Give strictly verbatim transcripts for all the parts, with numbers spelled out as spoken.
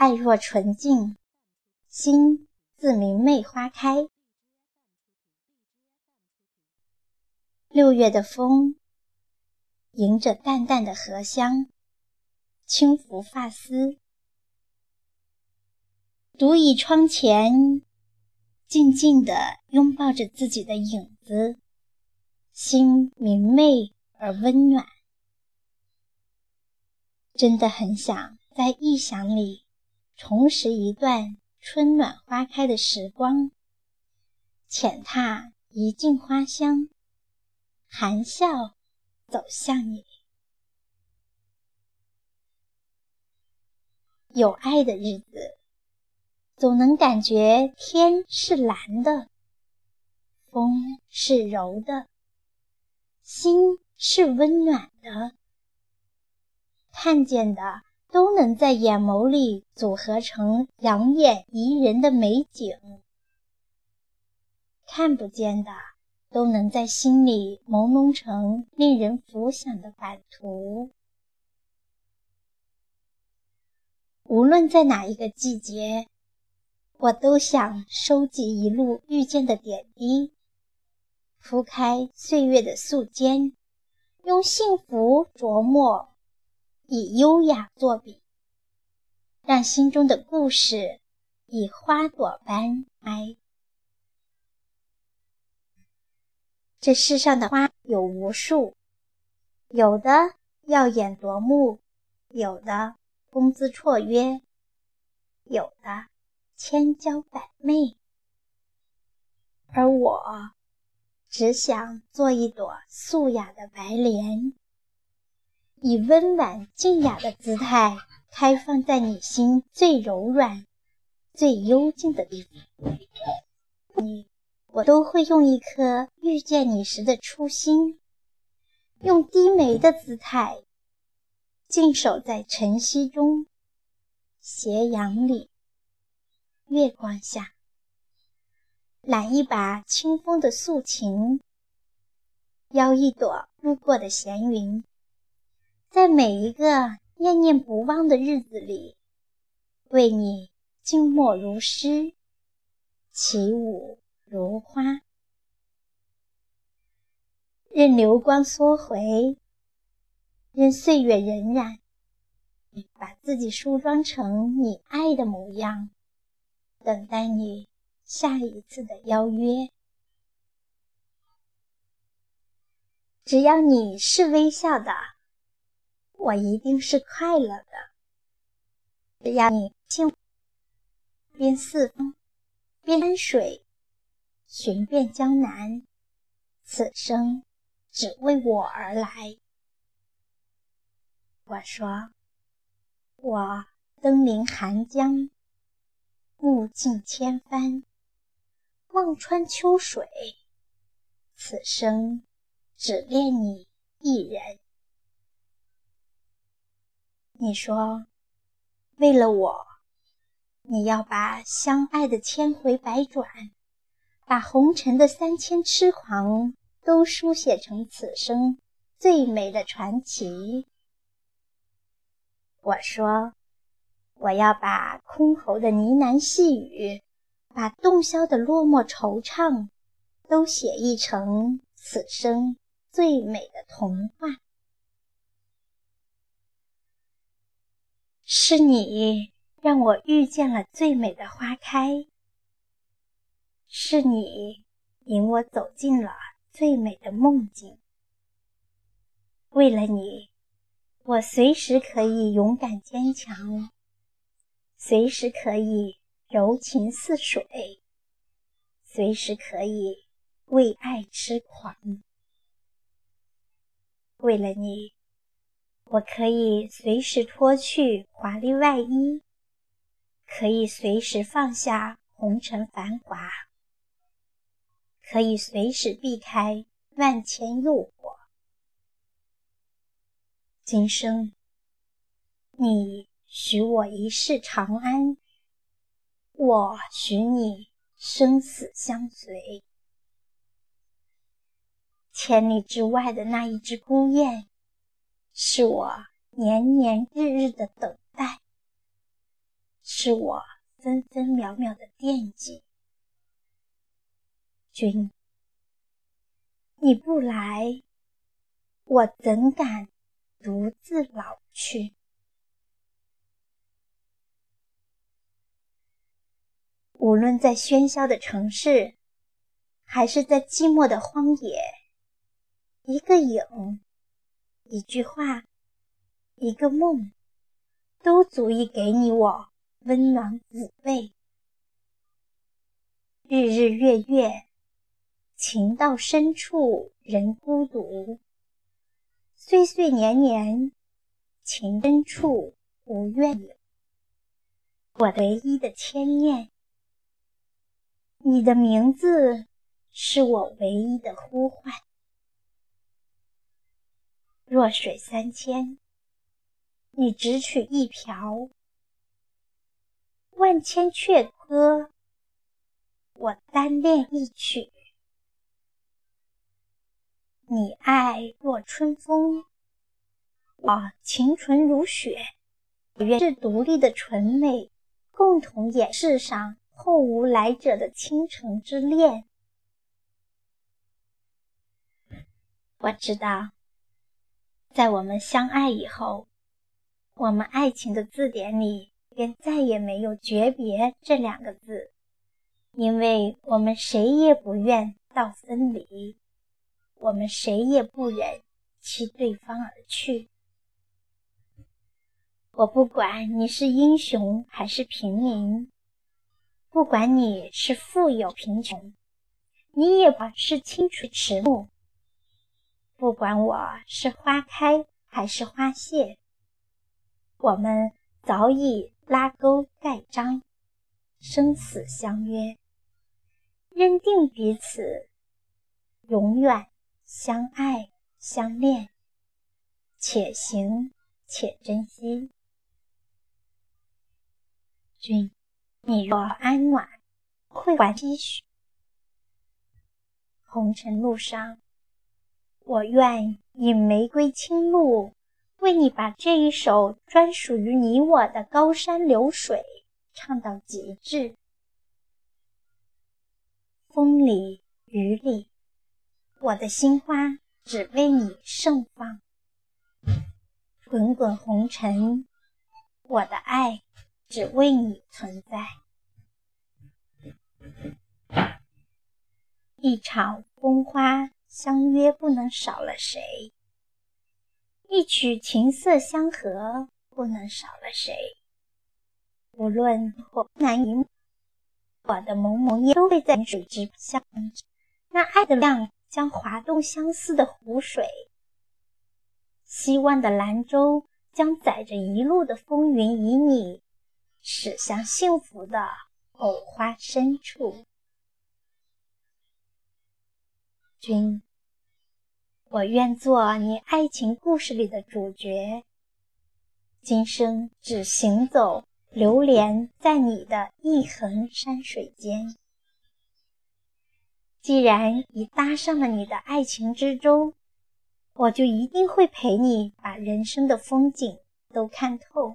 爱若纯净，心自明媚花开。六月的风，迎着淡淡的荷香，轻拂发丝。独倚窗前，静静地拥抱着自己的影子，心明媚而温暖。真的很想在臆想里重拾一段春暖花开的时光，浅踏一径花香，含笑走向你。有爱的日子，总能感觉天是蓝的，风是柔的，心是温暖的，看见的都能在眼眸里组合成养眼宜人的美景，看不见的都能在心里朦胧成令人浮想的版图。无论在哪一个季节，我都想收集一路遇见的点滴，铺开岁月的素笺，用幸福琢磨，以优雅作笔，让心中的故事以花朵般开。这世上的花有无数，有的耀眼夺目，有的风姿绰约，有的千娇百媚，而我只想做一朵素雅的白莲，以温婉静雅的姿态开放在你心最柔软最幽静的地方。你我都会用一颗遇见你时的初心，用低眉的姿态静守在晨曦中，斜阳里，月光下，揽一把清风的素琴，邀一朵路过的闲云，在每一个念念不忘的日子里，为你静默如诗，起舞如花。任流光缩回，任岁月荏苒，把自己梳妆成你爱的模样，等待你下一次的邀约。只要你是微笑的，我一定是快乐的。只要你幸福，边四方边山水，寻遍江南，此生只为我而来。我说，我登临寒江，目尽千帆，望穿秋水，此生只恋你一人。你说，为了我，你要把相爱的千回百转，把红尘的三千痴狂都书写成此生最美的传奇。我说，我要把空喉的呢喃细语，把洞箫的落寞惆怅，都写意成此生最美的童话。是你让我遇见了最美的花开，是你引我走进了最美的梦境。为了你，我随时可以勇敢坚强，随时可以柔情似水，随时可以为爱痴狂。为了你，我可以随时脱去华丽外衣，可以随时放下红尘繁华，可以随时避开万千诱惑。今生，你许我一世长安，我许你生死相随。千里之外的那一只孤雁，是我年年日日的等待。 是我分分秒秒的惦记。君，你不来，我怎敢独自老去？无论在喧嚣的城市，还是在寂寞的荒野，一个影，一句话，一个梦，都足以给你我温暖抚慰。日日月月，情到深处人孤独，岁岁年年，情深处无怨尤。我的唯一的牵念，你的名字是我唯一的呼唤。弱水三千，你只取一瓢；万千阙歌，我单恋一曲。你爱若春风，我情纯如雪。我愿是独立的纯美，共同演世上后无来者的倾城之恋。我知道，在我们相爱以后，我们爱情的字典里便再也没有诀别这两个字，因为我们谁也不愿到分离，我们谁也不忍弃对方而去。我不管你是英雄还是平民，不管你是富有贫穷，你也不是清纯迟暮，不管我是花开还是花谢，我们早已拉钩盖章，生死相约，认定彼此永远相爱相恋，且行且珍惜。君，你若安暖，会还期许。红尘路上，我愿以玫瑰清露，为你把这一首专属于你我的高山流水唱到极致。风里雨里，我的心花只为你盛放。滚滚红尘，我的爱只为你存在。一场风花相约不能少了谁，一曲琴瑟相和不能少了谁。无论我难一我的蒙蒙烟都会在水之相，那爱的量将滑动相思的湖水，希望的兰舟将载着一路的风云旖旎，驶向幸福的藕花深处。君，我愿做你爱情故事里的主角，今生只行走流连在你的一横山水间。既然已搭上了你的爱情之舟，我就一定会陪你把人生的风景都看透。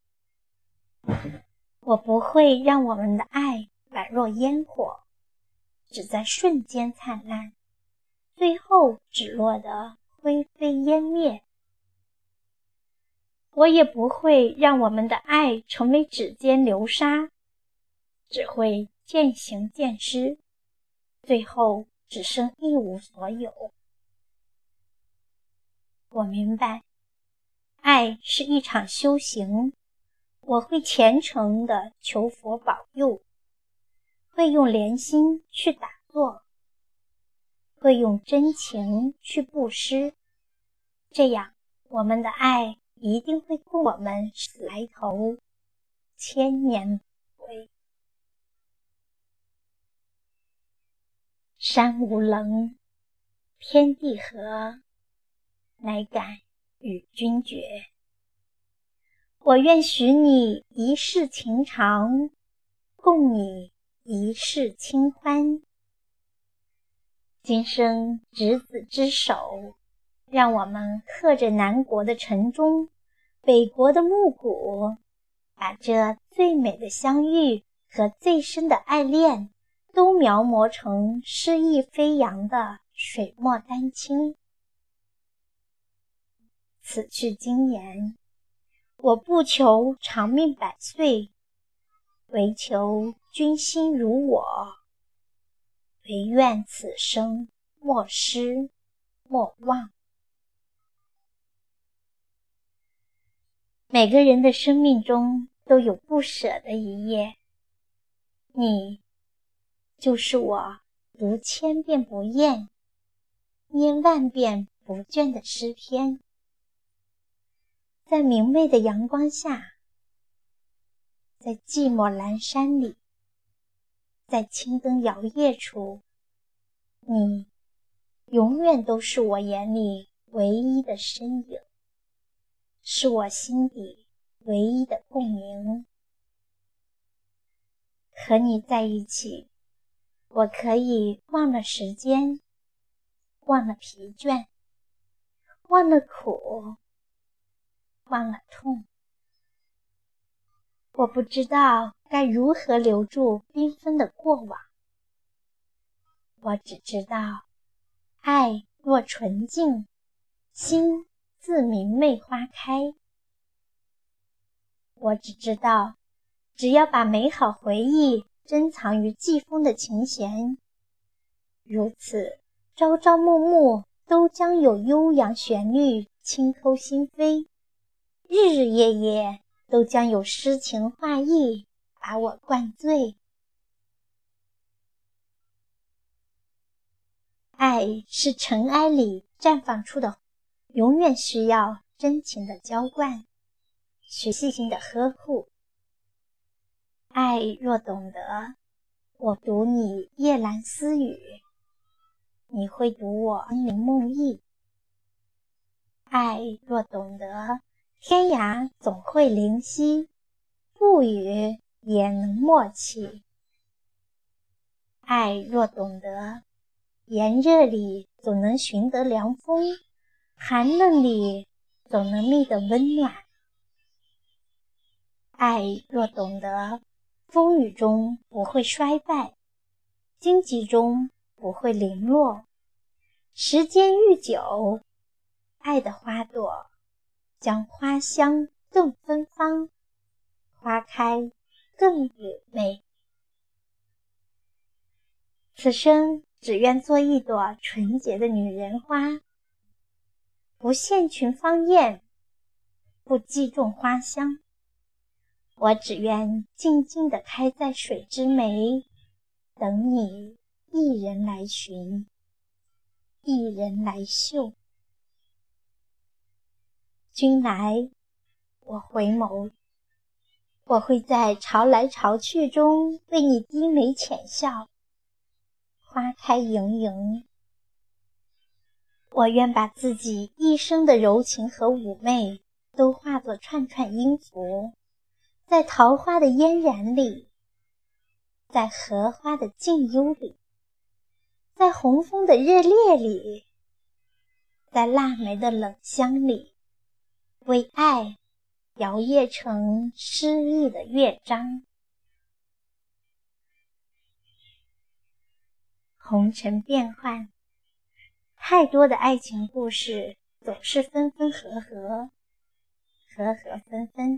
我不会让我们的爱宛若烟火，只在瞬间灿烂，最后只落得灰飞烟灭。我也不会让我们的爱成为指尖流沙，只会渐行渐失，最后只剩一无所有。我明白，爱是一场修行，我会虔诚地求佛保佑，会用莲心去打坐，会用真情去布施，这样我们的爱一定会供我们死来头，千年回。山无棱，天地合，乃敢与君绝。我愿许你一世情长，共你一世清欢。今生执子之手，让我们刻着南国的晨钟，北国的暮鼓， 把这最美的相遇和最深的爱恋都描摹成诗意飞扬的水墨丹青。此去经年，我不求长命百岁，唯求君心如我，唯愿此生莫失莫忘。每个人的生命中都有不舍的一页，你就是我读千遍不厌，念万遍不倦的诗篇。在明媚的阳光下，在寂寞阑珊里，在青灯摇曳处，你永远都是我眼里唯一的身影，是我心底唯一的共鸣。和你在一起，我可以忘了时间，忘了疲倦，忘了苦，忘了痛。我不知道该如何留住缤纷的过往，我只知道，爱若纯净，心自明媚花开。我只知道，只要把美好回忆珍藏于季风的琴弦，如此朝朝暮暮都将有悠扬旋律轻扣心扉，日日夜夜都将有诗情画意把我灌醉。爱是尘埃里绽放出的，永远需要真情的浇灌，需细心的呵护。爱若懂得，我读你夜阑私语，你会读我安宁梦呓。爱若懂得，天涯总会灵犀，不语也能默契。爱若懂得，炎热里总能寻得凉风，寒冷里总能觅得温暖。爱若懂得，风雨中不会衰败，荆棘中不会零落。时间愈久，爱的花朵将花香更芬芳，花开更妩媚。此生只愿做一朵纯洁的女人花，不羡群芳艳，不击中花香。我只愿静静地开在水之湄，等你一人来寻，一人来嗅。君来，我回眸，我会在潮来潮去中为你低眉浅笑，花开盈盈。我愿把自己一生的柔情和妩媚都化作串串音符，在桃花的嫣然里，在荷花的静幽里，在红枫的热烈里，在腊梅的冷香里，为爱摇曳成诗意的乐章。红尘变幻，太多的爱情故事总是分分合合，合合分分。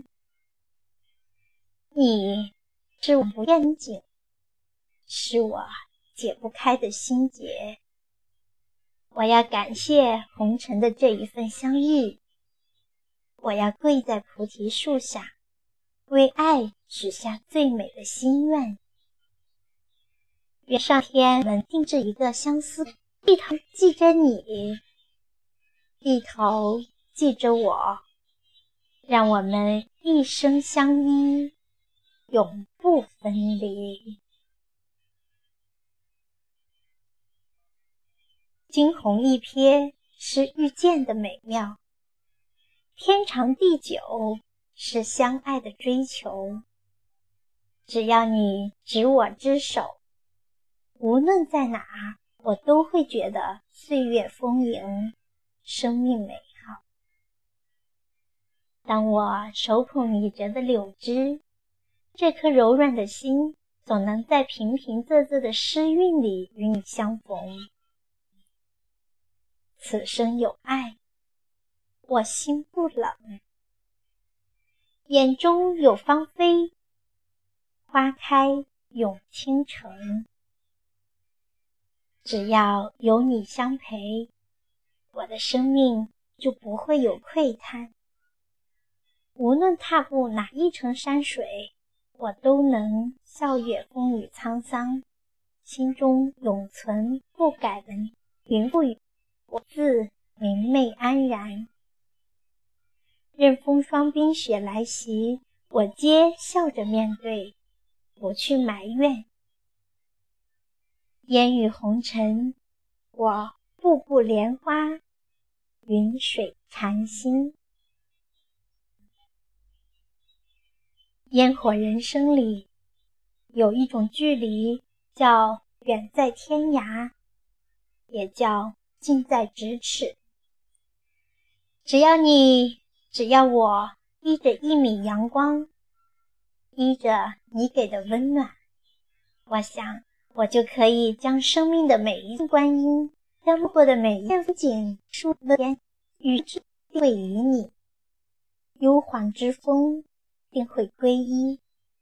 你是我不愿景，是我解不开的心结。我要感谢红尘的这一份相遇，我要跪在菩提树下，为爱许下最美的心愿。愿上天能定制一个相思，一头记着你，一头记着我，让我们一生相依，永不分离。惊鸿一瞥是遇见的美妙，天长地久是相爱的追求。只要你执我之手，无论在哪，我都会觉得岁月丰盈，生命美好。 当我手捧你折的柳枝，这颗柔软的心总能在平平仄仄的诗韵里与你相逢。此生有爱，我心不冷。眼中有芳菲，花开永倾城。只要有你相陪，我的生命就不会有喟叹。无论踏步哪一程山水，我都能笑越风雨沧桑，心中永存不改的云覆雨，我自明媚安然。任风霜冰雪来袭，我皆笑着面对，不去埋怨。烟雨红尘，我步步莲花，云水禅心。烟火人生里，有一种距离叫远在天涯，也叫近在咫尺。只要你，只要我依着一米阳光，依着你给的温暖，我想我就可以将生命的每一观音，将路过的每一片风景树边，与之会与你，幽篁之风定会归依。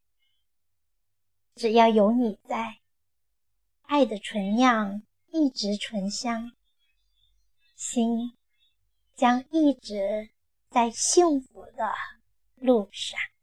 只要有你在，爱的醇酿一直醇香，心将一直在幸福的路上。